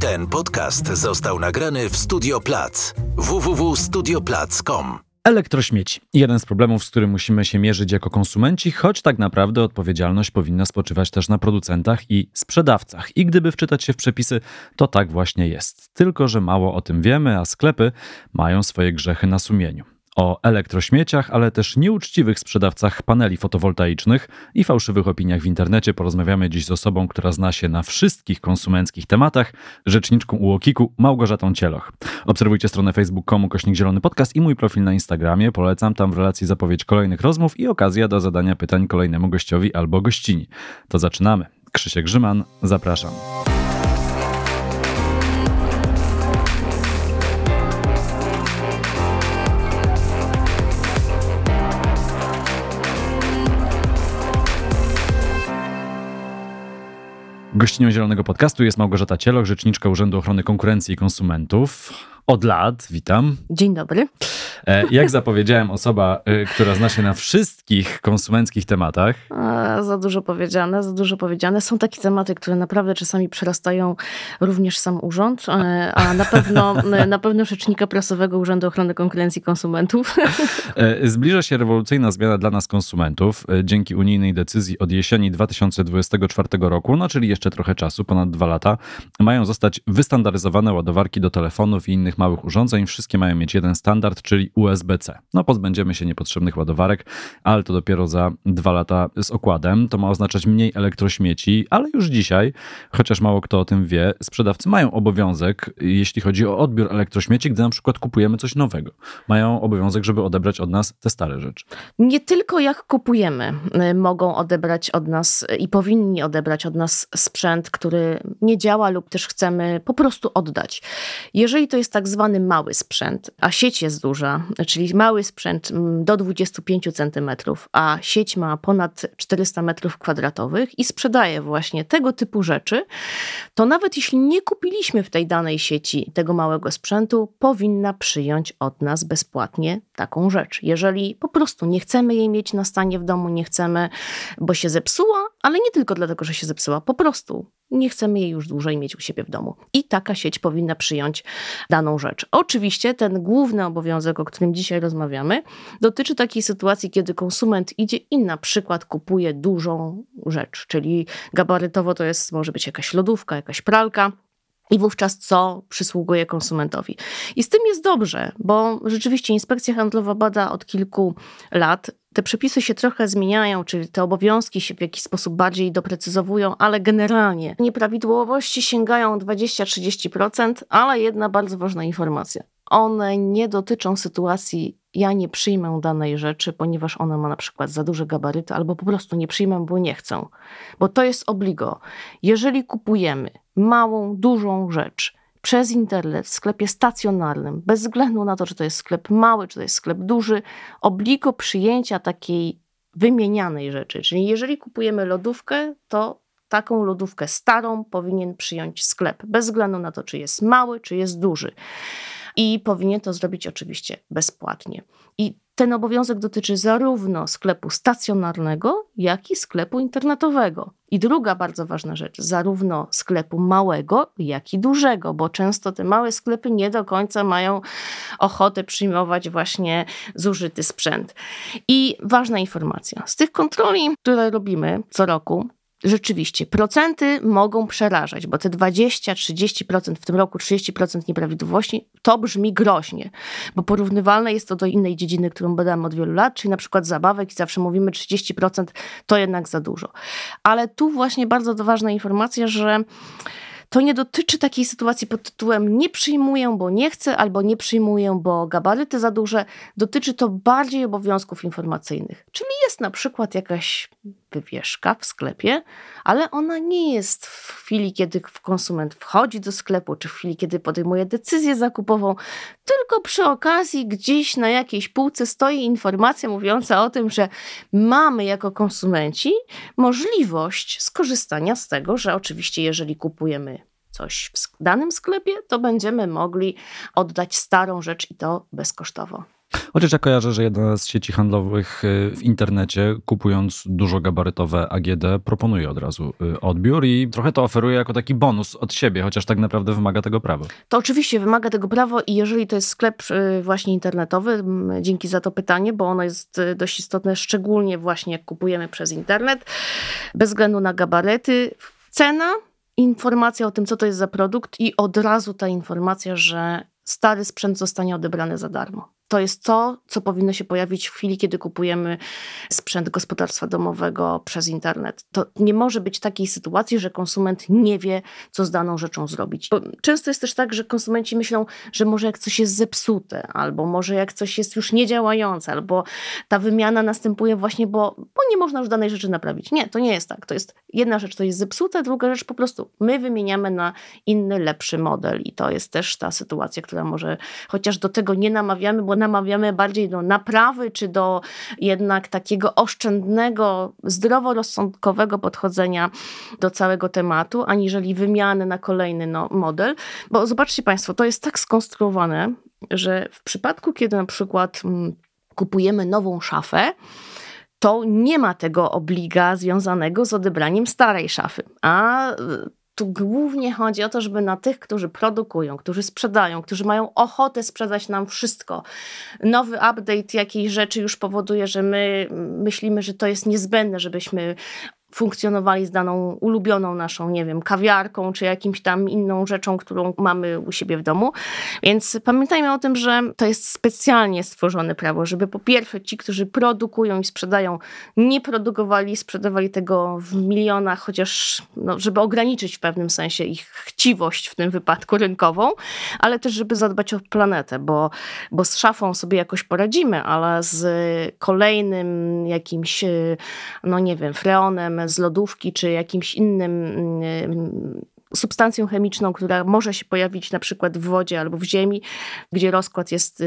Ten podcast został nagrany w Studio Plac. www.studioplac.com. Elektrośmieci. Jeden z problemów, z którym musimy się mierzyć jako konsumenci, choć tak naprawdę odpowiedzialność powinna spoczywać też na producentach i sprzedawcach. I gdyby wczytać się w przepisy, to tak właśnie jest. Tylko że mało o tym wiemy, a sklepy mają swoje grzechy na sumieniu. O elektrośmieciach, ale też nieuczciwych sprzedawcach paneli fotowoltaicznych i fałszywych opiniach w internecie porozmawiamy dziś z osobą, która zna się na wszystkich konsumenckich tematach, rzeczniczką UOKiK-u Małgorzatą Cieloch. Obserwujcie stronę facebook.com/Zielony Podcast i mój profil na Instagramie. Polecam, tam w relacji zapowiedź kolejnych rozmów i okazja do zadania pytań kolejnemu gościowi albo gościni. To zaczynamy. Krzysiek Grzyman, zapraszam. Gościnią Zielonego Podcastu jest Małgorzata Cieloch, rzeczniczka Urzędu Ochrony Konkurencji i Konsumentów. Od lat, witam. Dzień dobry. Jak zapowiedziałem, osoba, która zna się na wszystkich konsumenckich tematach. Za dużo powiedziane. Są takie tematy, które naprawdę czasami przerastają również sam urząd, a na pewno rzecznika prasowego Urzędu Ochrony Konkurencji i Konsumentów. Zbliża się rewolucyjna zmiana dla nas konsumentów. Dzięki unijnej decyzji od jesieni 2024 roku, czyli jeszcze trochę czasu, ponad 2 lata, mają zostać wystandaryzowane ładowarki do telefonów i innych małych urządzeń. Wszystkie mają mieć jeden standard, czyli USB-C. Pozbędziemy się niepotrzebnych ładowarek, ale to dopiero za 2 lata z okładem. To ma oznaczać mniej elektrośmieci, ale już dzisiaj, chociaż mało kto o tym wie, sprzedawcy mają obowiązek, jeśli chodzi o odbiór elektrośmieci, gdy na przykład kupujemy coś nowego. Mają obowiązek, żeby odebrać od nas te stare rzeczy. Nie tylko jak kupujemy, mogą odebrać od nas i powinni odebrać od nas sprzęt, który nie działa lub też chcemy po prostu oddać. Jeżeli to jest tak zwany mały sprzęt, a sieć jest duża, czyli mały sprzęt do 25 cm, a sieć ma ponad 400 m2 i sprzedaje właśnie tego typu rzeczy, to nawet jeśli nie kupiliśmy w tej danej sieci tego małego sprzętu, powinna przyjąć od nas bezpłatnie taką rzecz. Jeżeli po prostu nie chcemy jej mieć na stanie w domu, nie chcemy, bo się zepsuła, ale nie tylko dlatego, że się zepsuła, po prostu nie chcemy jej już dłużej mieć u siebie w domu. I taka sieć powinna przyjąć daną rzecz. Oczywiście ten główny obowiązek, o którym dzisiaj rozmawiamy, dotyczy takiej sytuacji, kiedy konsument idzie i na przykład kupuje dużą rzecz, czyli gabarytowo to może być jakaś lodówka, jakaś pralka. I wówczas co przysługuje konsumentowi. I z tym jest dobrze, bo rzeczywiście Inspekcja Handlowa bada od kilku lat. Te przepisy się trochę zmieniają, czyli te obowiązki się w jakiś sposób bardziej doprecyzowują, ale generalnie nieprawidłowości sięgają 20-30%, ale jedna bardzo ważna informacja. One nie dotyczą sytuacji, ja nie przyjmę danej rzeczy, ponieważ ona ma na przykład za duże gabaryty, albo po prostu nie przyjmę, bo nie chcę. Bo to jest obligo. Jeżeli kupujemy małą, dużą rzecz przez internet w sklepie stacjonarnym, bez względu na to, czy to jest sklep mały, czy to jest sklep duży, obligo przyjęcia takiej wymienianej rzeczy. Czyli jeżeli kupujemy lodówkę, to taką lodówkę starą powinien przyjąć sklep, bez względu na to, czy jest mały, czy jest duży. I powinien to zrobić oczywiście bezpłatnie. I ten obowiązek dotyczy zarówno sklepu stacjonarnego, jak i sklepu internetowego. I druga bardzo ważna rzecz, zarówno sklepu małego, jak i dużego, bo często te małe sklepy nie do końca mają ochotę przyjmować właśnie zużyty sprzęt. I ważna informacja, z tych kontroli, które robimy co roku, rzeczywiście, procenty mogą przerażać, bo te 20-30%, w tym roku 30% nieprawidłowości, to brzmi groźnie, bo porównywalne jest to do innej dziedziny, którą badamy od wielu lat, czyli na przykład zabawek i zawsze mówimy 30% to jednak za dużo. Ale tu właśnie bardzo ważna informacja, że to nie dotyczy takiej sytuacji pod tytułem nie przyjmuję, bo nie chcę, albo nie przyjmuję, bo gabaryty za duże. Dotyczy to bardziej obowiązków informacyjnych. Czyli jest na przykład jakaś wywieszka w sklepie, ale ona nie jest w chwili, kiedy konsument wchodzi do sklepu, czy w chwili, kiedy podejmuje decyzję zakupową, tylko przy okazji gdzieś na jakiejś półce stoi informacja mówiąca o tym, że mamy jako konsumenci możliwość skorzystania z tego, że oczywiście jeżeli kupujemy coś w danym sklepie, to będziemy mogli oddać starą rzecz i to bezkosztowo. Chociaż ja kojarzę, że jedna z sieci handlowych w internecie, kupując dużo gabarytowe AGD, proponuje od razu odbiór i trochę to oferuje jako taki bonus od siebie, chociaż tak naprawdę wymaga tego prawo. To oczywiście wymaga tego prawo i jeżeli to jest sklep właśnie internetowy, dzięki za to pytanie, bo ono jest dość istotne, szczególnie właśnie jak kupujemy przez internet, bez względu na gabaryty, cena, informacja o tym, co to jest za produkt i od razu ta informacja, że stary sprzęt zostanie odebrany za darmo. To jest to, co powinno się pojawić w chwili, kiedy kupujemy sprzęt gospodarstwa domowego przez internet. To nie może być takiej sytuacji, że konsument nie wie, co z daną rzeczą zrobić. Bo często jest też tak, że konsumenci myślą, że może jak coś jest zepsute, albo może jak coś jest już niedziałające, albo ta wymiana następuje właśnie, bo nie można już danej rzeczy naprawić. Nie, to nie jest tak. To jest jedna rzecz, to jest zepsute, druga rzecz po prostu my wymieniamy na inny, lepszy model i to jest też ta sytuacja, która może, chociaż do tego nie namawiamy, bo namawiamy bardziej do naprawy, czy do jednak takiego oszczędnego, zdroworozsądkowego podchodzenia do całego tematu, aniżeli wymiany na kolejny model. Bo zobaczcie Państwo, to jest tak skonstruowane, że w przypadku, kiedy na przykład kupujemy nową szafę, to nie ma tego obliga związanego z odebraniem starej szafy. A tu głównie chodzi o to, żeby na tych, którzy produkują, którzy sprzedają, którzy mają ochotę sprzedać nam wszystko. Nowy update jakiejś rzeczy już powoduje, że my myślimy, że to jest niezbędne, żebyśmy funkcjonowali z daną ulubioną naszą, nie wiem, kawiarką, czy jakimś tam inną rzeczą, którą mamy u siebie w domu. Więc pamiętajmy o tym, że to jest specjalnie stworzone prawo, żeby po pierwsze ci, którzy produkują i sprzedają, nie produkowali i sprzedawali tego w milionach, chociaż żeby ograniczyć w pewnym sensie ich chciwość w tym wypadku rynkową, ale też żeby zadbać o planetę, bo z szafą sobie jakoś poradzimy, ale z kolejnym jakimś, nie wiem, freonem z lodówki, czy jakimś innym substancją chemiczną, która może się pojawić na przykład w wodzie albo w ziemi, gdzie rozkład jest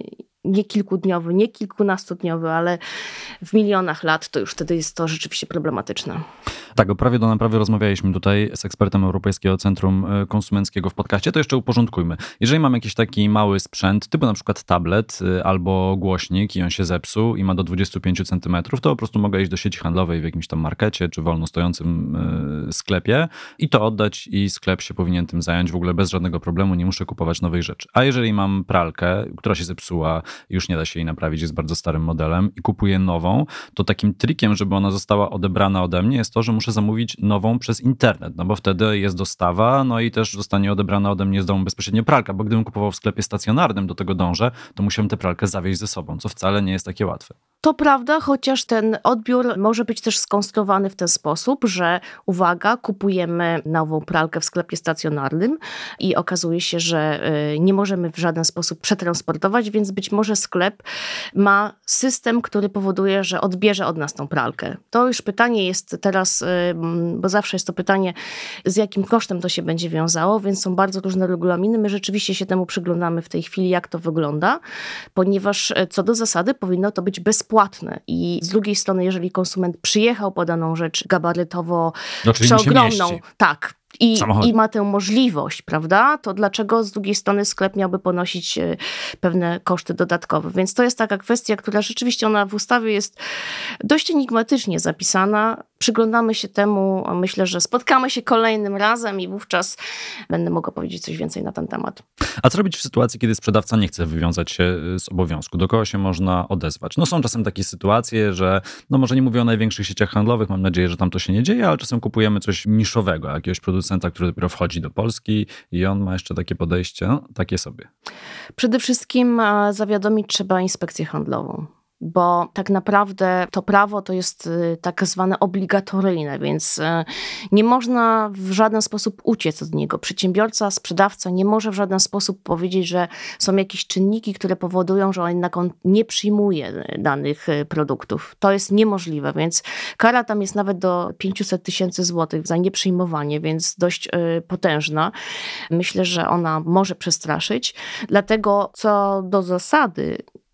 nie kilkudniowy, nie kilkunastodniowy, ale w milionach lat, to już wtedy jest to rzeczywiście problematyczne. Tak, o prawie do naprawy rozmawialiśmy tutaj z ekspertem Europejskiego Centrum Konsumenckiego w podcaście, to jeszcze uporządkujmy. Jeżeli mam jakiś taki mały sprzęt, typu na przykład tablet albo głośnik i on się zepsuł i ma do 25 cm, to po prostu mogę iść do sieci handlowej w jakimś tam markecie czy wolno stojącym sklepie i to oddać i sklep się powinien tym zająć w ogóle bez żadnego problemu, nie muszę kupować nowej rzeczy. A jeżeli mam pralkę, która się zepsuła, już nie da się jej naprawić, jest bardzo starym modelem i kupuję nową, to takim trikiem, żeby ona została odebrana ode mnie jest to, że muszę zamówić nową przez internet, bo wtedy jest dostawa, i też zostanie odebrana ode mnie z domu bezpośrednio pralka, bo gdybym kupował w sklepie stacjonarnym, do tego dążę, to musiałem tę pralkę zawieźć ze sobą, co wcale nie jest takie łatwe. To prawda, chociaż ten odbiór może być też skonstruowany w ten sposób, że uwaga, kupujemy nową pralkę w sklepie stacjonarnym i okazuje się, że nie możemy w żaden sposób przetransportować, więc być może sklep ma system, który powoduje, że odbierze od nas tą pralkę. To już pytanie jest teraz, bo zawsze jest to pytanie, z jakim kosztem to się będzie wiązało, więc są bardzo różne regulaminy. My rzeczywiście się temu przyglądamy w tej chwili, jak to wygląda, ponieważ co do zasady powinno to być bezpłatne i z drugiej strony, jeżeli konsument przyjechał po daną rzecz gabarytowo przeogromną, tak, i ma tę możliwość, prawda, to dlaczego z drugiej strony sklep miałby ponosić pewne koszty dodatkowe? Więc to jest taka kwestia, która rzeczywiście ona w ustawie jest dość enigmatycznie zapisana. Przyglądamy się temu, myślę, że spotkamy się kolejnym razem i wówczas będę mogła powiedzieć coś więcej na ten temat. A co robić w sytuacji, kiedy sprzedawca nie chce wywiązać się z obowiązku? Do kogo się można odezwać? Są czasem takie sytuacje, że może nie mówię o największych sieciach handlowych, mam nadzieję, że tam to się nie dzieje, ale czasem kupujemy coś niszowego, jakiegoś producenta, który dopiero wchodzi do Polski i on ma jeszcze takie podejście, takie sobie. Przede wszystkim zawiadomić trzeba inspekcję handlową. Bo tak naprawdę to prawo to jest tak zwane obligatoryjne, więc nie można w żaden sposób uciec od niego. Przedsiębiorca, sprzedawca nie może w żaden sposób powiedzieć, że są jakieś czynniki, które powodują, że jednak on nie przyjmuje danych produktów. To jest niemożliwe, więc kara tam jest nawet do 500 000 złotych za nieprzyjmowanie, więc dość potężna. Myślę, że ona może przestraszyć. Dlatego co do zasady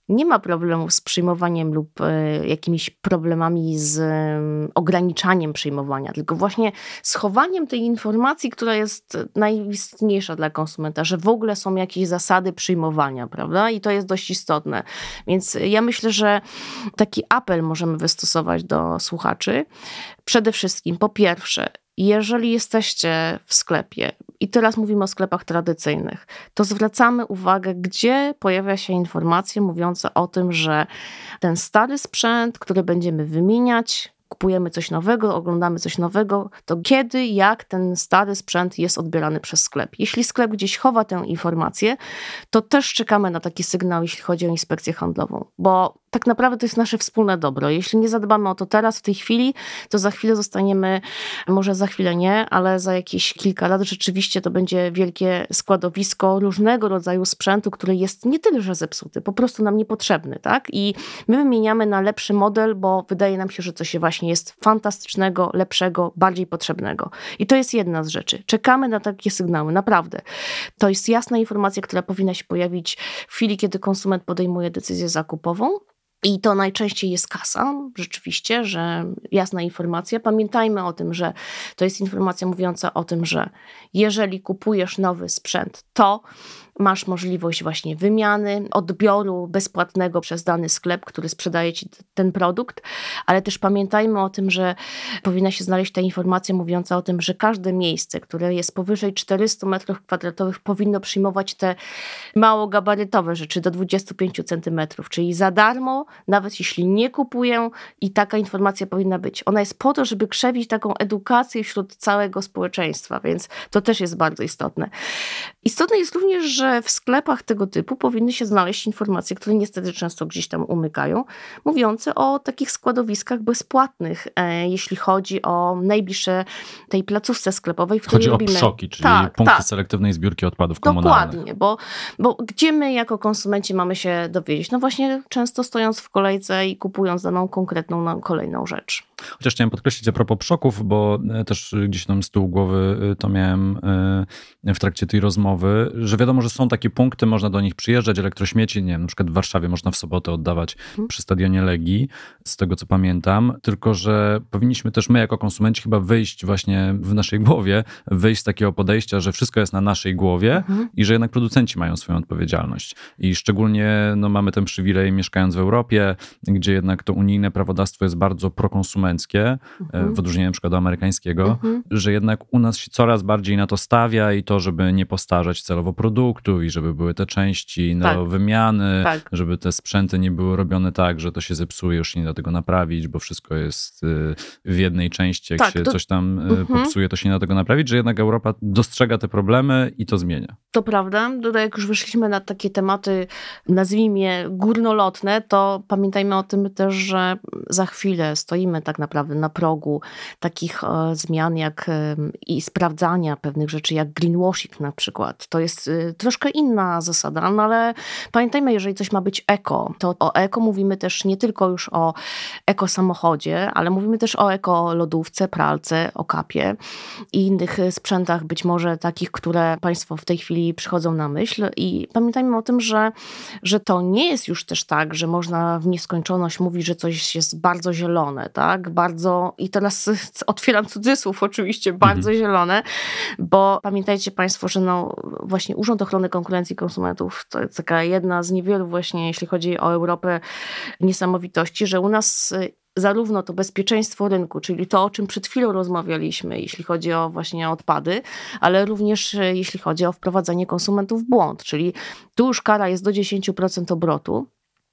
nie ma problemów z przyjmowaniem lub jakimiś problemami z ograniczaniem przyjmowania, tylko właśnie schowaniem tej informacji, która jest najistotniejsza dla konsumenta, że w ogóle są jakieś zasady przyjmowania, prawda? I to jest dość istotne. Więc ja myślę, że taki apel możemy wystosować do słuchaczy. Przede wszystkim, po pierwsze, jeżeli jesteście w sklepie, i teraz mówimy o sklepach tradycyjnych, to zwracamy uwagę, gdzie pojawia się informacja mówiąca o tym, że ten stary sprzęt, który będziemy wymieniać, kupujemy coś nowego, oglądamy coś nowego, to kiedy, jak ten stary sprzęt jest odbierany przez sklep. Jeśli sklep gdzieś chowa tę informację, to też czekamy na taki sygnał, jeśli chodzi o inspekcję handlową, bo tak naprawdę to jest nasze wspólne dobro. Jeśli nie zadbamy o to teraz, w tej chwili, to za chwilę zostaniemy, może za chwilę nie, ale za jakieś kilka lat rzeczywiście to będzie wielkie składowisko różnego rodzaju sprzętu, który jest nie tyle, że zepsuty, po prostu nam niepotrzebny, tak? I my wymieniamy na lepszy model, bo wydaje nam się, że coś właśnie jest fantastycznego, lepszego, bardziej potrzebnego. I to jest jedna z rzeczy. Czekamy na takie sygnały, naprawdę. To jest jasna informacja, która powinna się pojawić w chwili, kiedy konsument podejmuje decyzję zakupową. I to najczęściej jest kasa, rzeczywiście, że jasna informacja. Pamiętajmy o tym, że to jest informacja mówiąca o tym, że jeżeli kupujesz nowy sprzęt, to masz możliwość właśnie wymiany, odbioru bezpłatnego przez dany sklep, który sprzedaje ci ten produkt, ale też pamiętajmy o tym, że powinna się znaleźć ta informacja mówiąca o tym, że każde miejsce, które jest powyżej 400 m2, powinno przyjmować te małogabarytowe rzeczy do 25 cm, czyli za darmo, nawet jeśli nie kupuję, i taka informacja powinna być. Ona jest po to, żeby krzewić taką edukację wśród całego społeczeństwa, więc to też jest bardzo istotne. Istotne jest również, że w sklepach tego typu powinny się znaleźć informacje, które niestety często gdzieś tam umykają, mówiące o takich składowiskach bezpłatnych, jeśli chodzi o najbliższe tej placówce sklepowej, w której Chodzi robimy... o PSZOki, czyli punkty selektywnej zbiórki odpadów komunalnych. Dokładnie, bo gdzie my jako konsumenci mamy się dowiedzieć? No właśnie często stojąc w kolejce i kupując daną konkretną kolejną rzecz. Chociaż chciałem podkreślić a propos PSZOków, bo też gdzieś tam z tyłu głowy to miałem w trakcie tej rozmowy, że wiadomo, że są takie punkty, można do nich przyjeżdżać, elektrośmieci, nie wiem, na przykład w Warszawie można w sobotę oddawać przy stadionie Legii, z tego co pamiętam, tylko że powinniśmy też my jako konsumenci chyba wyjść właśnie w naszej głowie, wyjść z takiego podejścia, że wszystko jest na naszej głowie i że jednak producenci mają swoją odpowiedzialność. I szczególnie mamy ten przywilej mieszkając w Europie, gdzie jednak to unijne prawodawstwo jest bardzo prokonsumenckie, w odróżnieniu na przykład do amerykańskiego, że jednak u nas się coraz bardziej na to stawia i to, żeby nie postarzać celowo produktu i żeby były te części do wymiany, żeby te sprzęty nie były robione tak, że to się zepsuje, już się nie da tego naprawić, bo wszystko jest w jednej części, jak się coś tam popsuje, to się nie da tego naprawić, że jednak Europa dostrzega te problemy i to zmienia. To prawda. Tutaj jak już wyszliśmy na takie tematy, nazwijmy je górnolotne, to pamiętajmy o tym też, że za chwilę stoimy tak naprawdę na progu takich zmian jak i sprawdzania pewnych rzeczy, jak greenwashing na przykład. To jest troszkę inna zasada, no ale pamiętajmy, jeżeli coś ma być eko, to o eko mówimy też nie tylko już o eko samochodzie, ale mówimy też o eko lodówce, pralce, o kapie i innych sprzętach, być może takich, które Państwo w tej chwili przychodzą na myśl. I pamiętajmy o tym, że to nie jest już też tak, że można w nieskończoność mówić, że coś jest bardzo zielone, tak? Bardzo, i teraz otwieram cudzysłów oczywiście, bardzo zielone, bo pamiętajcie Państwo, że właśnie Urząd Ochrony Konkurencji i Konsumentów to jest taka jedna z niewielu właśnie, jeśli chodzi o Europę, niesamowitości, że u nas zarówno to bezpieczeństwo rynku, czyli to, o czym przed chwilą rozmawialiśmy, jeśli chodzi o właśnie odpady, ale również jeśli chodzi o wprowadzanie konsumentów w błąd, czyli tu już kara jest do 10% obrotu.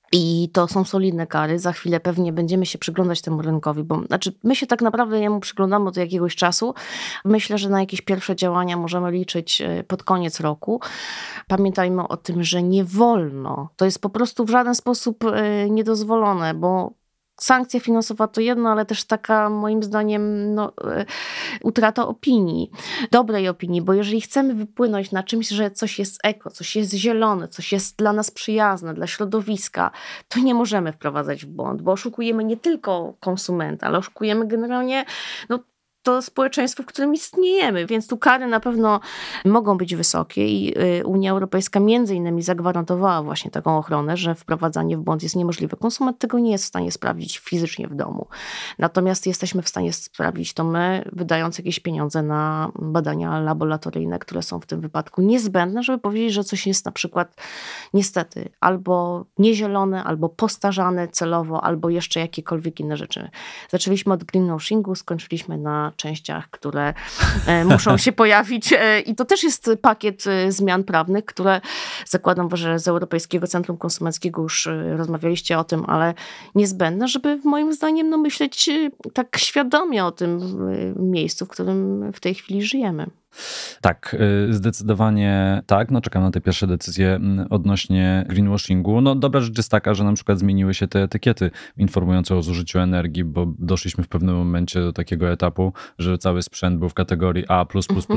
I to są solidne kary. Za chwilę pewnie będziemy się przyglądać temu rynkowi, bo my się tak naprawdę jemu przyglądamy od jakiegoś czasu. Myślę, że na jakieś pierwsze działania możemy liczyć pod koniec roku. Pamiętajmy o tym, że nie wolno. To jest po prostu w żaden sposób niedozwolone, bo sankcja finansowa to jedno, ale też taka moim zdaniem utrata opinii, dobrej opinii, bo jeżeli chcemy wypłynąć na czymś, że coś jest eko, coś jest zielone, coś jest dla nas przyjazne, dla środowiska, to nie możemy wprowadzać w błąd, bo oszukujemy nie tylko konsumenta, ale oszukujemy generalnie to społeczeństwo, w którym istniejemy, więc tu kary na pewno mogą być wysokie i Unia Europejska między innymi zagwarantowała właśnie taką ochronę, że wprowadzanie w błąd jest niemożliwe. Konsument tego nie jest w stanie sprawdzić fizycznie w domu. Natomiast jesteśmy w stanie sprawdzić to my, wydając jakieś pieniądze na badania laboratoryjne, które są w tym wypadku niezbędne, żeby powiedzieć, że coś jest na przykład niestety albo niezielone, albo postarzane celowo, albo jeszcze jakiekolwiek inne rzeczy. Zaczęliśmy od greenwashingu, skończyliśmy na częściach, które muszą się pojawić i to też jest pakiet zmian prawnych, które zakładam, że z Europejskiego Centrum Konsumenckiego już rozmawialiście o tym, ale niezbędne, żeby moim zdaniem myśleć tak świadomie o tym miejscu, w którym w tej chwili żyjemy. Tak, zdecydowanie tak. Czekam na te pierwsze decyzje odnośnie greenwashingu. Dobra rzecz jest taka, że na przykład zmieniły się te etykiety informujące o zużyciu energii, bo doszliśmy w pewnym momencie do takiego etapu, że cały sprzęt był w kategorii A++++++++++++++++++++++++++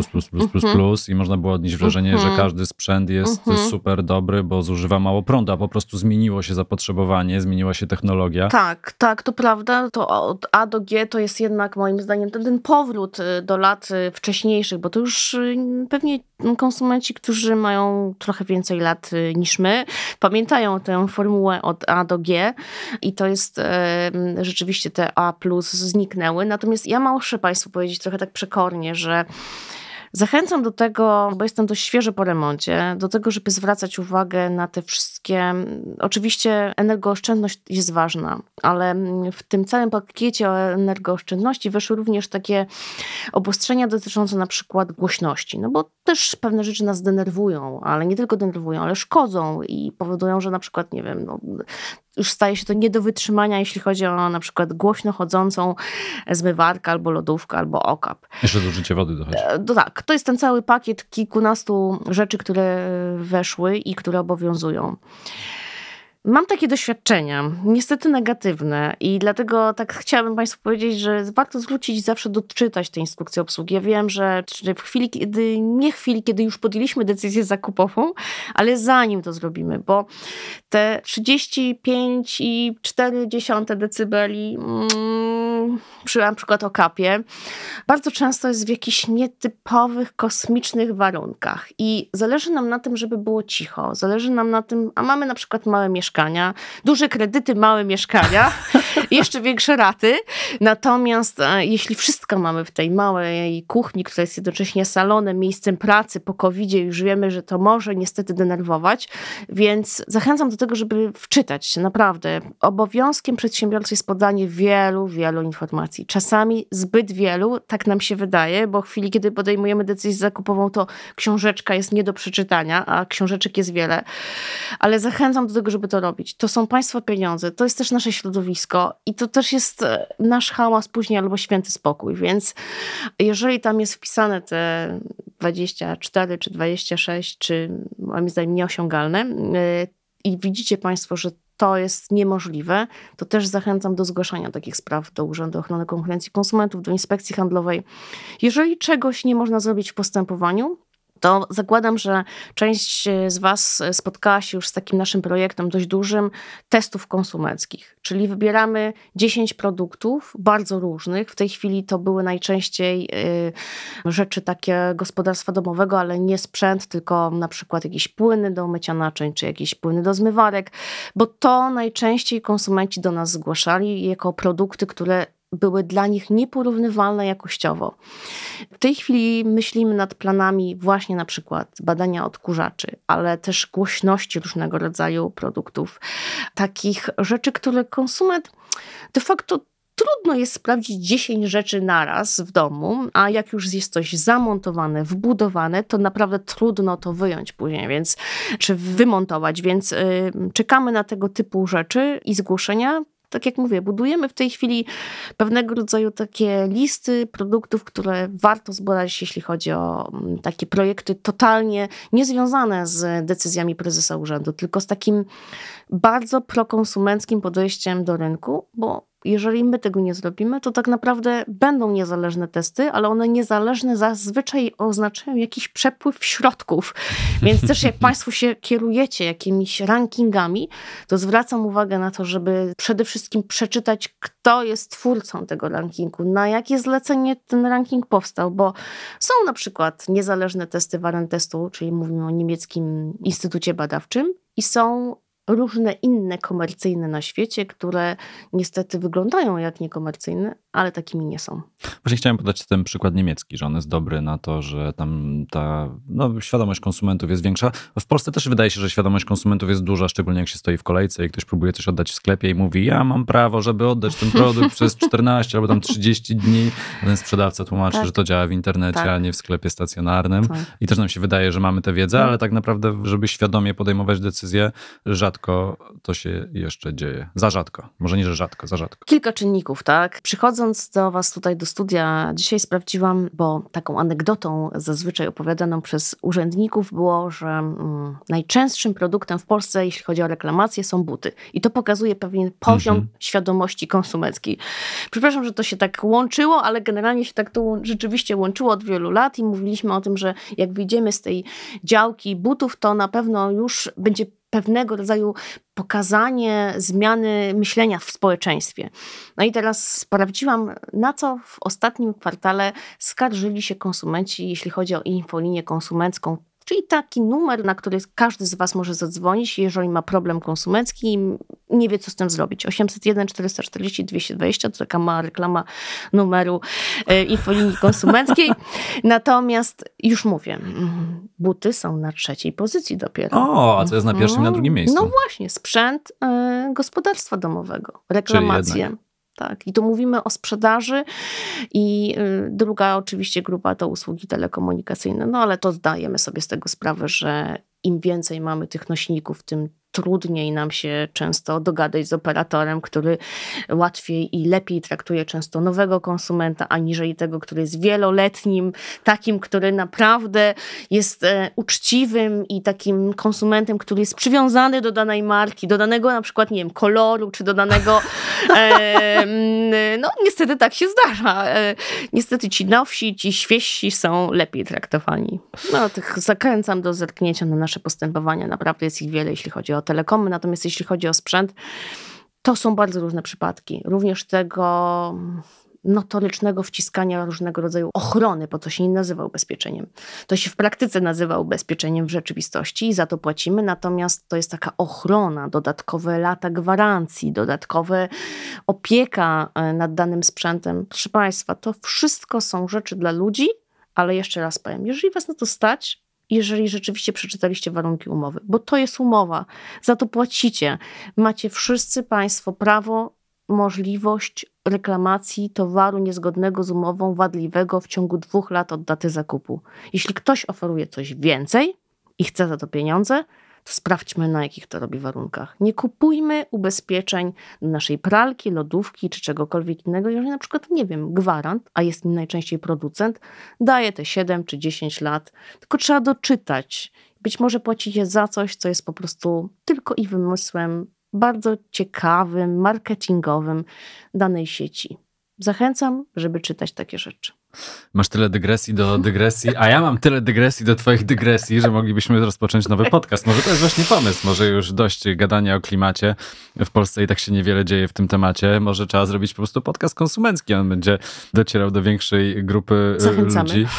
i można było odnieść wrażenie, że każdy sprzęt jest super dobry, bo zużywa mało prądu, a po prostu zmieniło się zapotrzebowanie, zmieniła się technologia. Tak, to prawda. To od A do G to jest jednak moim zdaniem ten powrót do lat wcześniejszych, bo to już pewnie konsumenci, którzy mają trochę więcej lat niż my, pamiętają tę formułę od A do G i to jest rzeczywiście te A+ zniknęły. Natomiast ja muszę Państwu powiedzieć trochę tak przekornie, że zachęcam do tego, bo jestem dość świeżo po remoncie, do tego, żeby zwracać uwagę na te wszystkie... Oczywiście energooszczędność jest ważna, ale w tym całym pakiecie o energooszczędności weszły również takie obostrzenia dotyczące na przykład głośności, bo też pewne rzeczy nas denerwują, ale nie tylko denerwują, ale szkodzą i powodują, że na przykład, nie wiem, już staje się to nie do wytrzymania, jeśli chodzi o na przykład głośno chodzącą zmywarkę, albo lodówkę, albo okap. Jeszcze zużycie wody dochodzi. Tak, to jest ten cały pakiet kilkunastu rzeczy, które weszły i które obowiązują. Mam takie doświadczenia, niestety negatywne i dlatego tak chciałabym Państwu powiedzieć, że warto zwrócić zawsze doczytać tę instrukcję obsługi. Ja wiem, że nie w chwili, kiedy już podjęliśmy decyzję zakupową, ale zanim to zrobimy, bo te 35,4 decybeli przy na przykład okapie bardzo często jest w jakichś nietypowych, kosmicznych warunkach i zależy nam na tym, żeby było cicho, zależy nam na tym, a mamy na przykład małe mieszkania, duże kredyty, małe mieszkania, jeszcze większe raty, natomiast jeśli wszystko mamy w tej małej kuchni, która jest jednocześnie salonem, miejscem pracy po COVID-zie, już wiemy, że to może niestety denerwować, więc zachęcam do tego, żeby wczytać się, naprawdę. Obowiązkiem przedsiębiorcy jest podanie wielu informacji. Czasami zbyt wielu, tak nam się wydaje, bo w chwili, kiedy podejmujemy decyzję zakupową, to książeczka jest nie do przeczytania, a książeczek jest wiele. Ale zachęcam do tego, żeby to robić. To są Państwa pieniądze, to jest też nasze środowisko i to też jest nasz hałas później albo święty spokój, więc jeżeli tam jest wpisane te 24 czy 26, czy moim zdaniem nieosiągalne i widzicie Państwo, że to jest niemożliwe, to też zachęcam do zgłaszania takich spraw do Urzędu Ochrony Konkurencji i Konsumentów, do Inspekcji Handlowej. Jeżeli czegoś nie można zrobić w postępowaniu, to zakładam, że część z Was spotkała się już z takim naszym projektem dość dużym testów konsumenckich, czyli wybieramy 10 produktów bardzo różnych. W tej chwili to były najczęściej rzeczy takie gospodarstwa domowego, ale nie sprzęt, tylko na przykład jakieś płyny do mycia naczyń, czy jakieś płyny do zmywarek, bo to najczęściej konsumenci do nas zgłaszali jako produkty, które były dla nich nieporównywalne jakościowo. W tej chwili myślimy nad planami właśnie na przykład badania odkurzaczy, ale też głośności różnego rodzaju produktów. Takich rzeczy, które konsument de facto trudno jest sprawdzić 10 rzeczy naraz w domu, a jak już jest coś zamontowane, wbudowane, to naprawdę trudno to wyjąć później, czy wymontować, więc czekamy na tego typu rzeczy i zgłoszenia. Tak jak mówię, budujemy w tej chwili pewnego rodzaju takie listy produktów, które warto zbadać, jeśli chodzi o takie projekty totalnie niezwiązane z decyzjami prezesa urzędu, tylko z takim bardzo prokonsumenckim podejściem do rynku, bo Jeżeli my tego nie zrobimy, to tak naprawdę będą niezależne testy, ale one niezależne zazwyczaj oznaczają jakiś przepływ środków. Więc też jak Państwo się kierujecie jakimiś rankingami, to zwracam uwagę na to, żeby przede wszystkim przeczytać, kto jest twórcą tego rankingu, na jakie zlecenie ten ranking powstał, bo są na przykład niezależne testy Warentestu, czyli mówimy o niemieckim instytucie badawczym i są różne inne komercyjne na świecie, które niestety wyglądają jak niekomercyjne, ale takimi nie są. Właśnie chciałem podać ten przykład niemiecki, że on jest dobry na to, że tam ta świadomość konsumentów jest większa. W Polsce też wydaje się, że świadomość konsumentów jest duża, szczególnie jak się stoi w kolejce i ktoś próbuje coś oddać w sklepie i mówi, ja mam prawo, żeby oddać ten produkt przez 14 albo tam 30 dni. Ten sprzedawca tłumaczy, że to działa w internecie, a nie w sklepie stacjonarnym. I też nam się wydaje, że mamy tę wiedzę, ale tak naprawdę, żeby świadomie podejmować decyzje, rzadko to się jeszcze dzieje. Za rzadko. Może nie, że rzadko, za rzadko. Kilka czynników, tak? Przychodząc do was tutaj do studia, dzisiaj sprawdziłam, bo taką anegdotą zazwyczaj opowiadaną przez urzędników było, że najczęstszym produktem w Polsce, jeśli chodzi o reklamację, są buty. I to pokazuje pewien poziom świadomości konsumenckiej. Przepraszam, że to się tak łączyło, ale generalnie się tak to rzeczywiście łączyło od wielu lat i mówiliśmy o tym, że jak wyjdziemy z tej działki butów, to na pewno już będzie pewnego rodzaju pokazanie zmiany myślenia w społeczeństwie. No i teraz sprawdziłam, na co w ostatnim kwartale skarżyli się konsumenci, jeśli chodzi o infolinię konsumencką, czyli taki numer, na który każdy z was może zadzwonić, jeżeli ma problem konsumencki i nie wie, co z tym zrobić. 801 440 220 to taka mała reklama numeru infolinii konsumenckiej. Natomiast już mówię, buty są na 3. pozycji dopiero. O, a co jest na 1. i na 2. miejscu? No właśnie, sprzęt gospodarstwa domowego, reklamacje. Tak, i tu mówimy o sprzedaży i druga oczywiście grupa to usługi telekomunikacyjne, no ale to zdajemy sobie z tego sprawę, że im więcej mamy tych nośników, tym trudniej nam się często dogadać z operatorem, który łatwiej i lepiej traktuje często nowego konsumenta, aniżeli tego, który jest wieloletnim, takim, który naprawdę jest uczciwym i takim konsumentem, który jest przywiązany do danej marki, do danego na przykład, nie wiem, koloru, czy do danego no niestety tak się zdarza. Niestety ci nowsi, ci świeżsi są lepiej traktowani. No tych zachęcam do zerknięcia na nasze postępowania. Naprawdę jest ich wiele, jeśli chodzi o telekomy, natomiast jeśli chodzi o sprzęt, to są bardzo różne przypadki. Również tego notorycznego wciskania różnego rodzaju ochrony, bo to się nie nazywa ubezpieczeniem. To się w praktyce nazywa ubezpieczeniem w rzeczywistości i za to płacimy, natomiast to jest taka ochrona, dodatkowe lata gwarancji, dodatkowe opieka nad danym sprzętem. Proszę Państwa, to wszystko są rzeczy dla ludzi, ale jeszcze raz powiem, jeżeli was na to stać, jeżeli rzeczywiście przeczytaliście warunki umowy, bo to jest umowa, za to płacicie. Macie wszyscy Państwo prawo, możliwość reklamacji towaru niezgodnego z umową wadliwego w ciągu 2 lat od daty zakupu. Jeśli ktoś oferuje coś więcej i chce za to pieniądze, to sprawdźmy, na jakich to robi warunkach. Nie kupujmy ubezpieczeń do naszej pralki, lodówki czy czegokolwiek innego, jeżeli na przykład, nie wiem, gwarant, a jest nim najczęściej producent, daje te 7 czy 10 lat, tylko trzeba doczytać. Być może płacicie za coś, co jest po prostu tylko i wymysłem bardzo ciekawym, marketingowym danej sieci. Zachęcam, żeby czytać takie rzeczy. Masz tyle dygresji do dygresji, a ja mam tyle dygresji do twoich dygresji, że moglibyśmy rozpocząć nowy podcast. Może to jest właśnie pomysł, może już dość gadania o klimacie. W Polsce i tak się niewiele dzieje w tym temacie. Może trzeba zrobić po prostu podcast konsumencki. On będzie docierał do większej grupy Zachęcamy. ludzi.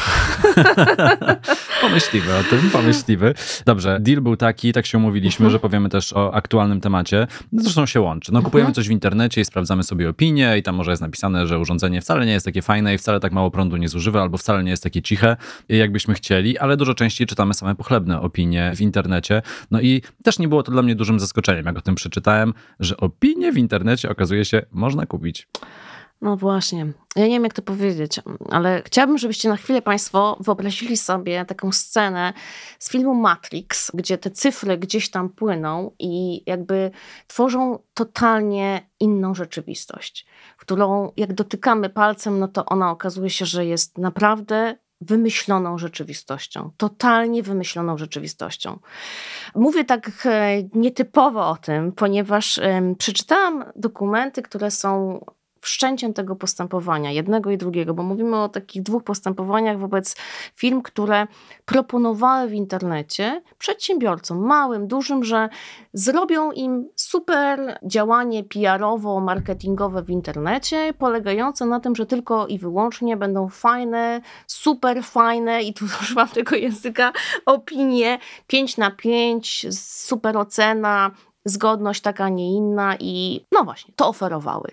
Pomyśliwy o tym, pomyśliwy. Dobrze, deal był taki, tak się umówiliśmy, że powiemy też o aktualnym temacie. Zresztą się łączy. No, kupujemy coś w internecie i sprawdzamy sobie opinię i tam może jest napisane, że urządzenie wcale nie jest takie fajne i wcale tak mało prądu nie zużywa, albo wcale nie jest takie ciche, jakbyśmy chcieli, ale dużo częściej czytamy same pochlebne opinie w internecie. No i też nie było to dla mnie dużym zaskoczeniem, jak o tym przeczytałem, że opinie w internecie, okazuje się, można kupić. No właśnie. Ja nie wiem, jak to powiedzieć, ale chciałabym, żebyście na chwilę Państwo wyobrazili sobie taką scenę z filmu Matrix, gdzie te cyfry gdzieś tam płyną i jakby tworzą totalnie inną rzeczywistość, w którą jak dotykamy palcem, no to ona okazuje się, że jest naprawdę wymyśloną rzeczywistością. Totalnie wymyśloną rzeczywistością. Mówię tak nietypowo o tym, ponieważ przeczytałam dokumenty, które są wszczęciem tego postępowania, jednego i drugiego, bo mówimy o takich 2 postępowaniach wobec firm, które proponowały w internecie przedsiębiorcom, małym, dużym, że zrobią im super działanie PR-owo-marketingowe w internecie, polegające na tym, że tylko i wyłącznie będą fajne, super fajne, i tu używam tego języka, opinie 5/5, super ocena, zgodność taka, a nie inna, i no właśnie, to oferowały.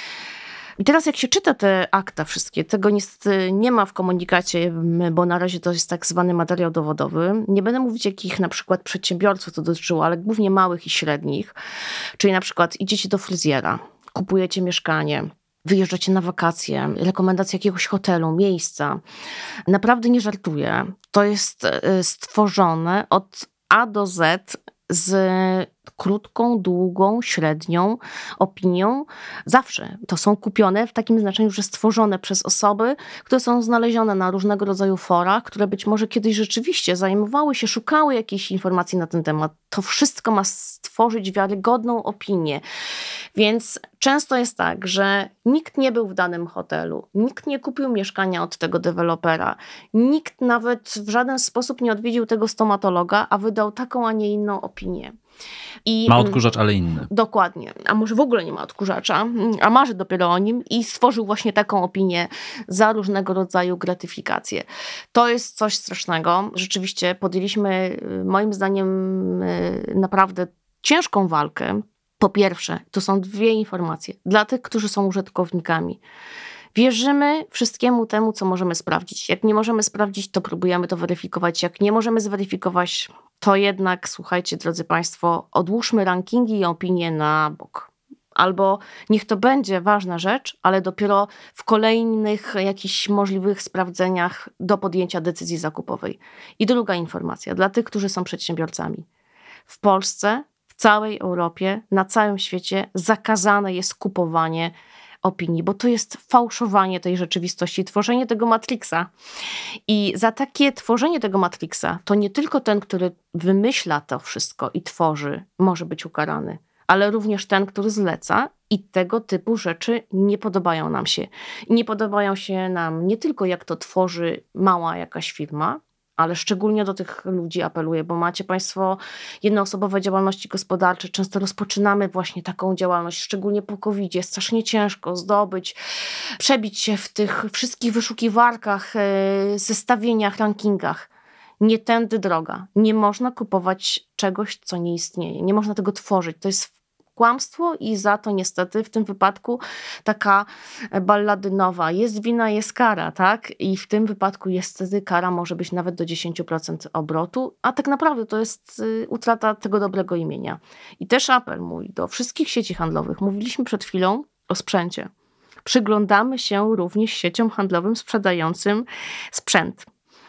I teraz jak się czyta te akta wszystkie, tego niestety nie ma w komunikacie, bo na razie to jest tak zwany materiał dowodowy. Nie będę mówić, jakich na przykład przedsiębiorców to dotyczyło, ale głównie małych i średnich. Czyli na przykład idziecie do fryzjera, kupujecie mieszkanie, wyjeżdżacie na wakacje, rekomendacja jakiegoś hotelu, miejsca. Naprawdę nie żartuję. To jest stworzone od A do Z z krótką, długą, średnią opinią. Zawsze to są kupione w takim znaczeniu, że stworzone przez osoby, które są znalezione na różnego rodzaju forach, które być może kiedyś rzeczywiście zajmowały się, szukały jakiejś informacji na ten temat. To wszystko ma stworzyć wiarygodną opinię. Więc często jest tak, że nikt nie był w danym hotelu, nikt nie kupił mieszkania od tego dewelopera, nikt nawet w żaden sposób nie odwiedził tego stomatologa, a wydał taką, a nie inną opinię. Ma odkurzacz, ale inny. Dokładnie. A może w ogóle nie ma odkurzacza, a marzy dopiero o nim i stworzył właśnie taką opinię za różnego rodzaju gratyfikacje. To jest coś strasznego. Rzeczywiście podjęliśmy, moim zdaniem, naprawdę ciężką walkę. Po pierwsze, to są 2 informacje dla tych, którzy są użytkownikami. Wierzymy wszystkiemu temu, co możemy sprawdzić. Jak nie możemy sprawdzić, to próbujemy to weryfikować. Jak nie możemy zweryfikować, to jednak, słuchajcie, drodzy Państwo, odłóżmy rankingi i opinie na bok. Albo niech to będzie ważna rzecz, ale dopiero w kolejnych jakichś możliwych sprawdzeniach do podjęcia decyzji zakupowej. I druga informacja, dla tych, którzy są przedsiębiorcami. W Polsce, w całej Europie, na całym świecie zakazane jest kupowanie opinii, bo to jest fałszowanie tej rzeczywistości, tworzenie tego Matrixa. I za takie tworzenie tego Matrixa to nie tylko ten, który wymyśla to wszystko i tworzy, może być ukarany, ale również ten, który zleca, i tego typu rzeczy nie podobają nam się. I nie podobają się nam nie tylko, jak to tworzy mała jakaś firma, ale szczególnie do tych ludzi apeluję, bo macie Państwo jednoosobowe działalności gospodarcze. Często rozpoczynamy właśnie taką działalność, szczególnie po COVID-zie. Strasznie ciężko zdobyć, przebić się w tych wszystkich wyszukiwarkach, zestawieniach, rankingach. Nie tędy droga. Nie można kupować czegoś, co nie istnieje. Nie można tego tworzyć. To jest kłamstwo i za to niestety w tym wypadku taka balladynowa jest wina, jest kara, tak? I w tym wypadku niestety kara może być nawet do 10% obrotu, a tak naprawdę to jest utrata tego dobrego imienia. I też apel mój do wszystkich sieci handlowych. Mówiliśmy przed chwilą o sprzęcie. Przyglądamy się również sieciom handlowym sprzedającym sprzęt.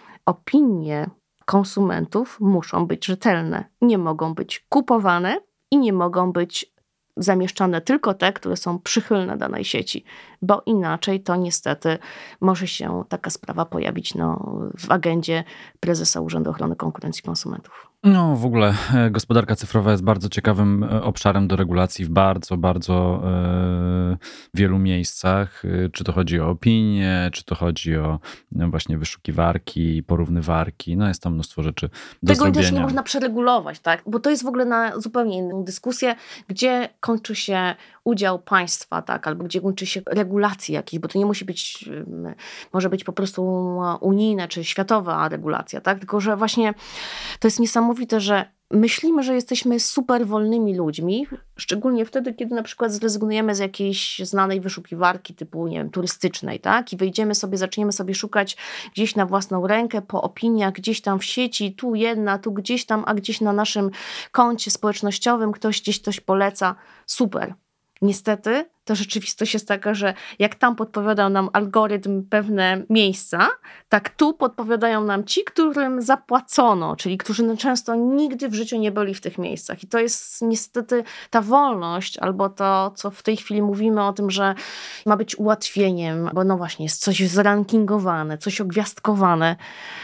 Opinie konsumentów muszą być rzetelne. Nie mogą być kupowane i nie mogą być zamieszczane tylko te, które są przychylne danej sieci, bo inaczej to niestety może się taka sprawa pojawić w agendzie prezesa Urzędu Ochrony Konkurencji i Konsumentów. No w ogóle gospodarka cyfrowa jest bardzo ciekawym obszarem do regulacji w bardzo, bardzo wielu miejscach. Czy to chodzi o opinie, czy to chodzi o właśnie wyszukiwarki, porównywarki. No jest tam mnóstwo rzeczy do Tego zrobienia. też nie można przeregulować, tak? Bo to jest w ogóle na zupełnie inną dyskusję, gdzie kończy się udział państwa, tak? Albo gdzie kończy się regulacji jakiejś, bo to nie musi być, może być po prostu unijna czy światowa regulacja, tak? Tylko że właśnie to jest niesamowite, że myślimy, że jesteśmy super wolnymi ludźmi, szczególnie wtedy, kiedy na przykład zrezygnujemy z jakiejś znanej wyszukiwarki typu, nie wiem, turystycznej, tak? I wejdziemy sobie, zaczniemy sobie szukać gdzieś na własną rękę, po opiniach, gdzieś tam w sieci, tu jedna, tu gdzieś tam, a gdzieś na naszym koncie społecznościowym ktoś gdzieś coś poleca. Super. Niestety to rzeczywistość jest taka, że jak tam podpowiadał nam algorytm pewne miejsca, tak tu podpowiadają nam ci, którym zapłacono, czyli którzy często nigdy w życiu nie byli w tych miejscach. I to jest niestety ta wolność, albo to, co w tej chwili mówimy o tym, że ma być ułatwieniem, bo no właśnie jest coś zrankingowane, coś ogwiazdkowane.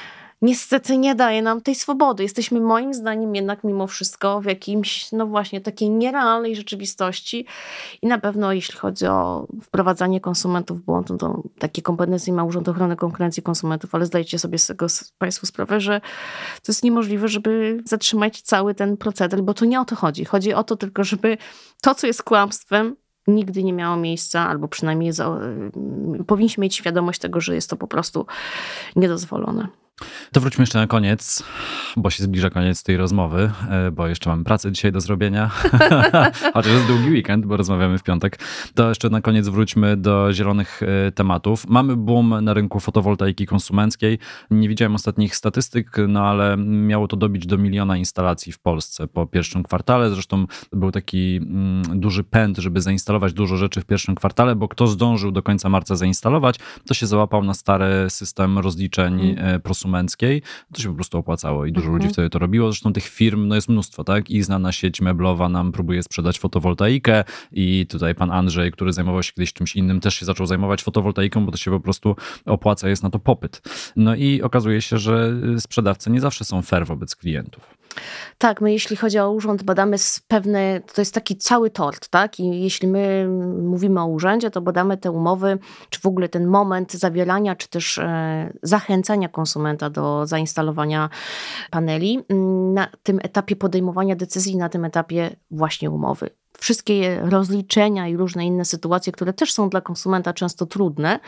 Niestety nie daje nam tej swobody. Jesteśmy moim zdaniem jednak mimo wszystko w jakimś, no właśnie, takiej nierealnej rzeczywistości i na pewno jeśli chodzi o wprowadzanie konsumentów w błąd, no to takie kompetencje ma Urząd Ochrony Konkurencji i Konsumentów, ale zdajcie sobie z tego Państwo sprawę, że to jest niemożliwe, żeby zatrzymać cały ten proceder, bo to nie o to chodzi. Chodzi o to tylko, żeby to, co jest kłamstwem, nigdy nie miało miejsca, albo przynajmniej powinniśmy mieć świadomość tego, że jest to po prostu niedozwolone. To wróćmy jeszcze na koniec, bo się zbliża koniec tej rozmowy, bo jeszcze mamy pracę dzisiaj do zrobienia, chociaż jest długi weekend, bo rozmawiamy w piątek. To jeszcze na koniec wróćmy do zielonych tematów. Mamy boom na rynku fotowoltaiki konsumenckiej. Nie widziałem ostatnich statystyk, no ale miało to dobić do 1 miliona instalacji w Polsce po pierwszym kwartale. Zresztą był taki duży pęd, żeby zainstalować dużo rzeczy w pierwszym kwartale, bo kto zdążył do końca marca zainstalować, to się załapał na stary system rozliczeń prosumenckiej. To się po prostu opłacało i dużo ludzi wtedy to robiło. Zresztą tych firm jest mnóstwo, tak? I znana sieć meblowa nam próbuje sprzedać fotowoltaikę i tutaj pan Andrzej, który zajmował się kiedyś czymś innym, też się zaczął zajmować fotowoltaiką, bo to się po prostu opłaca, jest na to popyt. No i okazuje się, że sprzedawcy nie zawsze są fair wobec klientów. Tak, my jeśli chodzi o urząd, badamy pewne, to jest taki cały tort, tak? I jeśli my mówimy o urzędzie, to badamy te umowy, czy w ogóle ten moment zawierania, czy też zachęcania konsumenta do zainstalowania paneli na tym etapie podejmowania decyzji, na tym etapie właśnie umowy. Wszystkie rozliczenia i różne inne sytuacje, które też są dla konsumenta często trudne,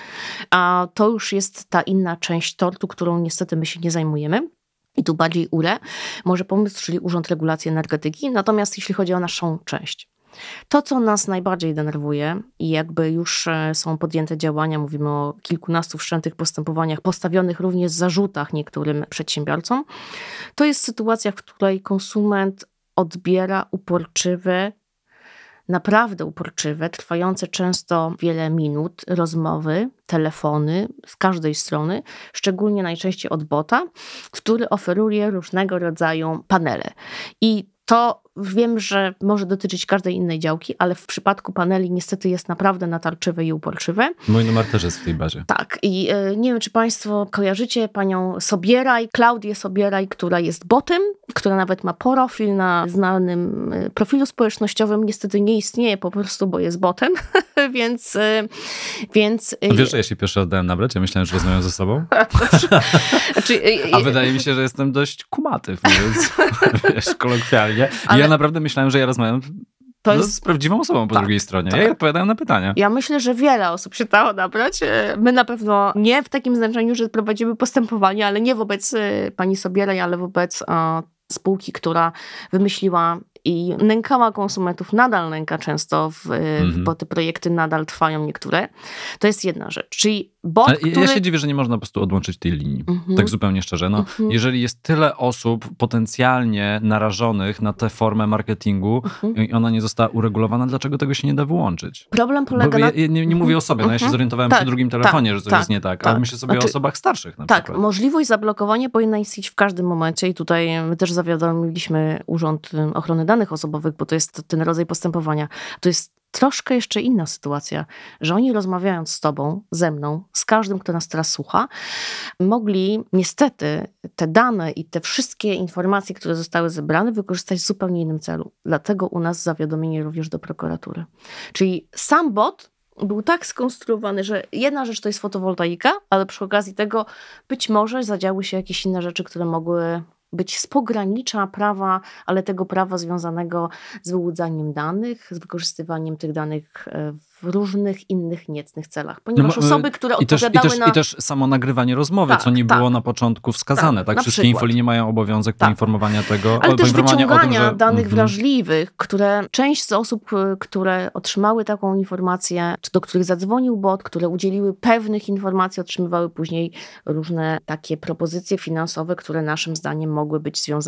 a to już jest ta inna część tortu, którą niestety my się nie zajmujemy. I tu bardziej URE może pomóc, czyli Urząd Regulacji Energetyki. Natomiast jeśli chodzi o naszą część, to co nas najbardziej denerwuje i jakby już są podjęte działania, mówimy o kilkunastu wszczętych postępowaniach, postawionych również zarzutach niektórym przedsiębiorcom, to jest sytuacja, w której konsument odbiera naprawdę uporczywe, trwające często wiele minut rozmowy, telefony z każdej strony, szczególnie najczęściej od bota, który oferuje różnego rodzaju panele. I to wiem, że może dotyczyć każdej innej działki, ale w przypadku paneli niestety jest naprawdę natarczywe i uporczywe. Mój numer też jest w tej bazie. Tak i nie wiem, czy Państwo kojarzycie panią Sobieraj, Klaudię Sobieraj, która jest botem, która nawet ma profil na znanym profilu społecznościowym. Niestety nie istnieje po prostu, bo jest botem, więc... Wiesz, że ja się pierwszy raz dałem nabrać? Ja myślałem, że rozmawiam ze sobą. A wydaje mi się, że jestem dość kumaty, mówiąc, wiesz, kolokwialnie. Ale... Ja naprawdę myślałem, że ja rozmawiam z prawdziwą osobą po drugiej stronie. Tak. Ja odpowiadam na pytania. Ja myślę, że wiele osób się dało nabrać. My na pewno nie w takim znaczeniu, że prowadzimy postępowanie, ale nie wobec pani Sobieraj, ale wobec spółki, która wymyśliła i nękała konsumentów, nadal nęka często, bo te projekty nadal trwają niektóre. To jest jedna rzecz. Czyli bot, Ja się dziwię, że nie można po prostu odłączyć tej linii. Tak zupełnie szczerze. No, jeżeli jest tyle osób potencjalnie narażonych na tę formę marketingu i ona nie została uregulowana, dlaczego tego się nie da wyłączyć? Problem polega na... Ja nie mówię o sobie, no ja się zorientowałem przy drugim telefonie, że coś jest nie tak, ale myślę sobie o osobach starszych na przykład. Tak, możliwość zablokowania powinna istnieć w każdym momencie i tutaj my też zawiadomiliśmy Urząd Ochrony Danych Osobowych, bo to jest ten rodzaj postępowania. To jest troszkę jeszcze inna sytuacja, że oni rozmawiając z tobą, ze mną, z każdym, kto nas teraz słucha, mogli niestety te dane i te wszystkie informacje, które zostały zebrane, wykorzystać w zupełnie innym celu. Dlatego u nas zawiadomienie również do prokuratury. Czyli sam bot był tak skonstruowany, że jedna rzecz to jest fotowoltaika, ale przy okazji tego być może zadziały się jakieś inne rzeczy, które mogły być z pogranicza prawa, ale tego prawa związanego z wyłudzaniem danych, z wykorzystywaniem tych danych w różnych innych niecnych celach. Ponieważ osoby, które odpowiadały I też samo nagrywanie rozmowy, co nie było na początku wskazane. Tak? Wszystkie infolinie mają obowiązek poinformowania tego. Ale też wyciągania danych wrażliwych, które część z osób, które otrzymały taką informację, czy do których zadzwonił bot, które udzieliły pewnych informacji, otrzymywały później różne takie propozycje finansowe, które naszym zdaniem mogły być związane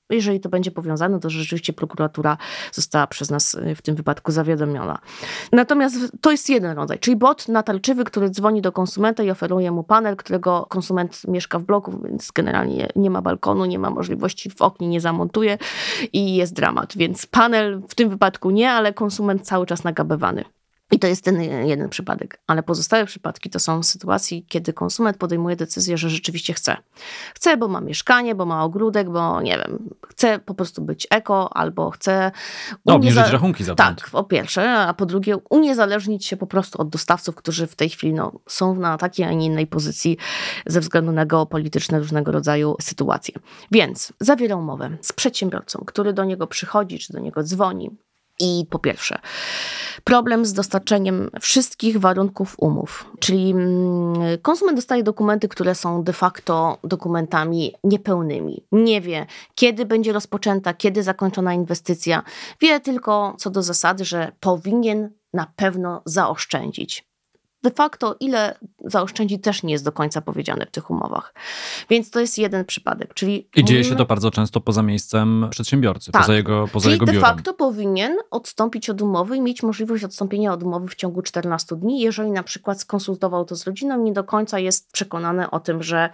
jeżeli to będzie powiązane, to rzeczywiście prokuratura została przez nas w tym wypadku zawiadomiona. Natomiast to jest jeden rodzaj, czyli bot natarczywy, który dzwoni do konsumenta i oferuje mu panel, którego konsument mieszka w bloku, więc generalnie nie ma balkonu, nie ma możliwości, w oknie nie zamontuje i jest dramat. Więc panel w tym wypadku nie, ale konsument cały czas nagabywany. I to jest ten jeden przypadek. Ale pozostałe przypadki to są sytuacje, kiedy konsument podejmuje decyzję, że rzeczywiście chce. Chce, bo ma mieszkanie, bo ma ogródek, bo nie wiem, chce po prostu być eko, albo chce... Obniżyć rachunki za prąd. Tak, po pierwsze, a po drugie uniezależnić się po prostu od dostawców, którzy w tej chwili są na takiej, a nie innej pozycji ze względu na geopolityczne różnego rodzaju sytuacje. Więc zawiera umowę z przedsiębiorcą, który do niego przychodzi, czy do niego dzwoni. I po pierwsze, problem z dostarczeniem wszystkich warunków umów, czyli konsument dostaje dokumenty, które są de facto dokumentami niepełnymi. Nie wie, kiedy będzie rozpoczęta, kiedy zakończona inwestycja. Wie tylko co do zasady, że powinien na pewno zaoszczędzić. De facto ile zaoszczędzi też nie jest do końca powiedziane w tych umowach. Więc to jest jeden przypadek. Czyli I dzieje się to bardzo często poza miejscem przedsiębiorcy, tak, poza jego czyli biurem. de facto powinien odstąpić od umowy i mieć możliwość odstąpienia od umowy w ciągu 14 dni, jeżeli na przykład skonsultował to z rodziną i nie do końca jest przekonany o tym, że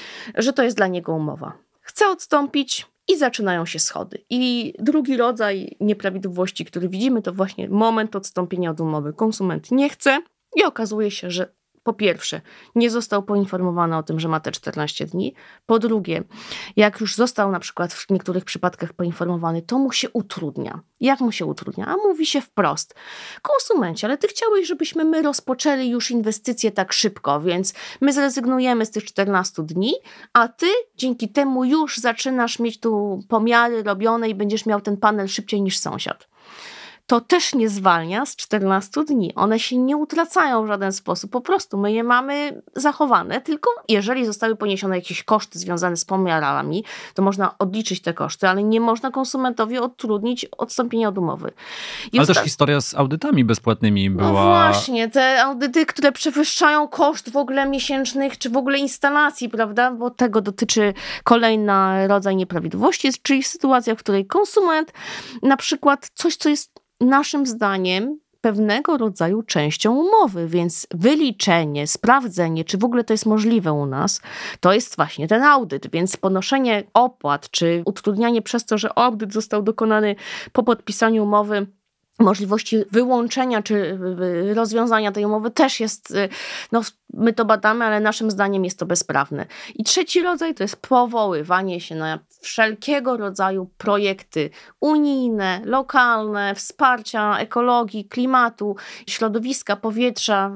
to jest dla niego umowa. Chce odstąpić i zaczynają się schody. I drugi rodzaj nieprawidłowości, który widzimy, to właśnie moment odstąpienia od umowy. Konsument nie chce, i okazuje się, że po pierwsze nie został poinformowany o tym, że ma te 14 dni. Po drugie, jak już został na przykład w niektórych przypadkach poinformowany, to mu się utrudnia. Jak mu się utrudnia? A mówi się wprost. Konsumencie, ale ty chciałeś, żebyśmy my rozpoczęli już inwestycje tak szybko, więc my zrezygnujemy z tych 14 dni, a ty dzięki temu już zaczynasz mieć tu pomiary robione i będziesz miał ten panel szybciej niż sąsiad. To też nie zwalnia z 14 dni. One się nie utracają w żaden sposób. Po prostu my je mamy zachowane, tylko jeżeli zostały poniesione jakieś koszty związane z pomiarami, to można odliczyć te koszty, ale nie można konsumentowi utrudnić odstąpienia od umowy. Ale też historia z audytami bezpłatnymi była... No właśnie, te audyty, które przewyższają koszt w ogóle miesięcznych, czy w ogóle instalacji, prawda? Bo tego dotyczy kolejny rodzaj nieprawidłowości, czyli sytuacja, w której konsument na przykład coś, co jest naszym zdaniem pewnego rodzaju częścią umowy, więc wyliczenie, sprawdzenie, czy w ogóle to jest możliwe u nas, to jest właśnie ten audyt, więc ponoszenie opłat, czy utrudnianie przez to, że audyt został dokonany po podpisaniu umowy, możliwości wyłączenia czy rozwiązania tej umowy też jest, no my to badamy, ale naszym zdaniem jest to bezprawne. I trzeci rodzaj to jest powoływanie się na wszelkiego rodzaju projekty unijne, lokalne, wsparcia ekologii, klimatu, środowiska, powietrza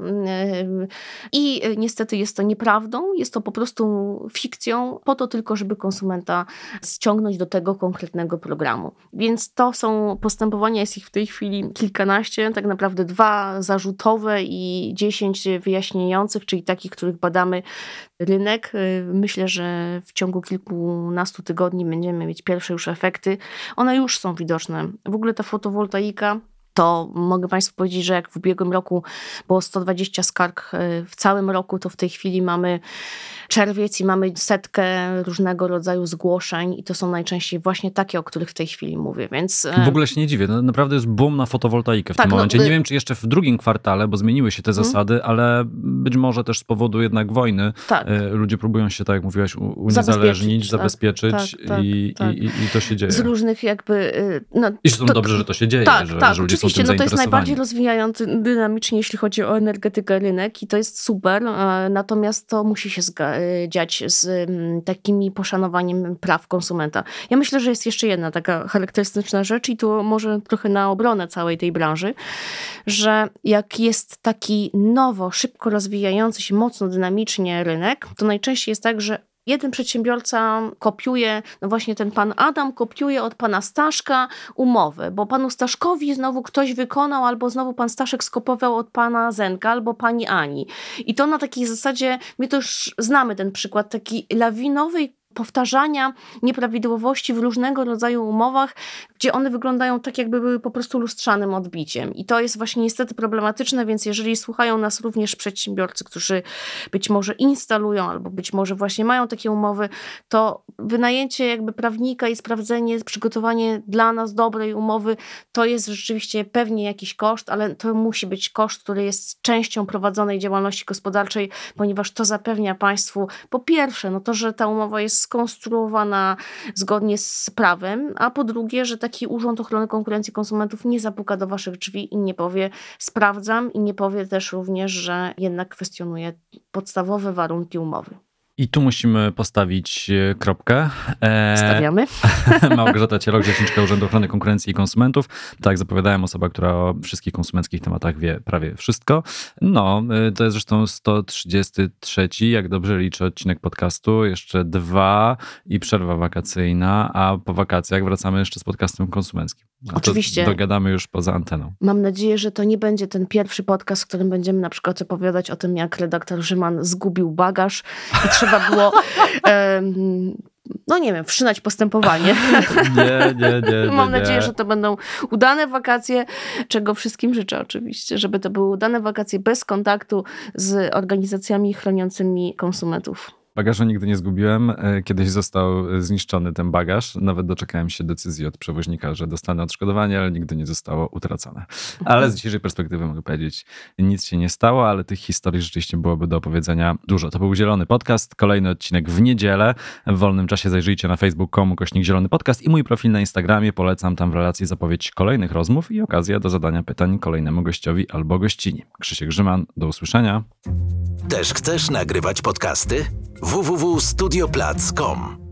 i niestety jest to nieprawdą, jest to po prostu fikcją, po to tylko, żeby konsumenta ściągnąć do tego konkretnego programu. Więc to są postępowania, jest ich w tej chwili kilkanaście, tak naprawdę 2 zarzutowe i 10 wyjaśniających, czyli takich, których badamy rynek. Myślę, że w ciągu kilkunastu tygodni będziemy mieć pierwsze już efekty. One już są widoczne. W ogóle ta fotowoltaika, to mogę Państwu powiedzieć, że jak w ubiegłym roku było 120 skarg w całym roku, to w tej chwili mamy czerwiec i mamy 100 różnego rodzaju zgłoszeń i to są najczęściej właśnie takie, o których w tej chwili mówię, więc... W ogóle się nie dziwię, no, naprawdę jest boom na fotowoltaikę w tym momencie. Nie wiem, czy jeszcze w drugim kwartale, bo zmieniły się te zasady, ale być może też z powodu jednak wojny ludzie próbują się, tak jak mówiłaś, uniezależnić, zabezpieczyć i to się dzieje. Z różnych jakby... I to dobrze, że to się dzieje, że ludzie są tym zainteresowani. To jest najbardziej rozwijający dynamicznie, jeśli chodzi o energetykę, rynek i to jest super, natomiast to musi się dziać z takimi poszanowaniem praw konsumenta. Ja myślę, że jest jeszcze jedna taka charakterystyczna rzecz i to może trochę na obronę całej tej branży, że jak jest taki nowo, szybko rozwijający się, mocno dynamicznie rynek, to najczęściej jest tak, że jeden przedsiębiorca kopiuje, no właśnie ten pan Adam kopiuje od pana Staszka umowę, bo panu Staszkowi znowu ktoś wykonał, albo znowu pan Staszek skopiował od pana Zenka, albo pani Ani. I to na takiej zasadzie, my to już znamy ten przykład takiej lawinowej powtarzania nieprawidłowości w różnego rodzaju umowach, gdzie one wyglądają tak, jakby były po prostu lustrzanym odbiciem. I to jest właśnie niestety problematyczne, więc jeżeli słuchają nas również przedsiębiorcy, którzy być może instalują albo być może właśnie mają takie umowy, to wynajęcie jakby prawnika i sprawdzenie, przygotowanie dla nas dobrej umowy, to jest rzeczywiście pewnie jakiś koszt, ale to musi być koszt, który jest częścią prowadzonej działalności gospodarczej, ponieważ to zapewnia państwu po pierwsze, to, że ta umowa jest skonstruowana zgodnie z prawem, a po drugie, że taki Urząd Ochrony Konkurencji i Konsumentów nie zapuka do waszych drzwi i nie powie sprawdzam i nie powie też również, że jednak kwestionuje podstawowe warunki umowy. I tu musimy postawić kropkę. Stawiamy. Małgorzata Cielok, rzeczniczka Urzędu Ochrony Konkurencji i Konsumentów. Tak, zapowiadałem, osoba, która o wszystkich konsumenckich tematach wie prawie wszystko. To jest zresztą 133, jak dobrze liczę, odcinek podcastu. Jeszcze 2 i przerwa wakacyjna, a po wakacjach wracamy jeszcze z podcastem konsumenckim. Oczywiście. Dogadamy już poza anteną. Mam nadzieję, że to nie będzie ten pierwszy podcast, w którym będziemy na przykład opowiadać o tym, jak redaktor Rzyman zgubił bagaż i trzeba było wszczynać postępowanie. Nie. Mam nadzieję, że to będą udane wakacje, czego wszystkim życzę oczywiście, żeby to były udane wakacje bez kontaktu z organizacjami chroniącymi konsumentów. Bagażu nigdy nie zgubiłem. Kiedyś został zniszczony ten bagaż. Nawet doczekałem się decyzji od przewoźnika, że dostanę odszkodowanie, ale nigdy nie zostało utracone. Ale z dzisiejszej perspektywy mogę powiedzieć, nic się nie stało, ale tych historii rzeczywiście byłoby do opowiedzenia dużo. To był Zielony Podcast. Kolejny odcinek w niedzielę. W wolnym czasie zajrzyjcie na facebook.com/Zielony Podcast i mój profil na Instagramie. Polecam tam w relacji zapowiedź kolejnych rozmów i okazja do zadania pytań kolejnemu gościowi albo gościni. Krzysiek Rzyman, do usłyszenia. Też chcesz nagrywać podcasty? www.studioplac.com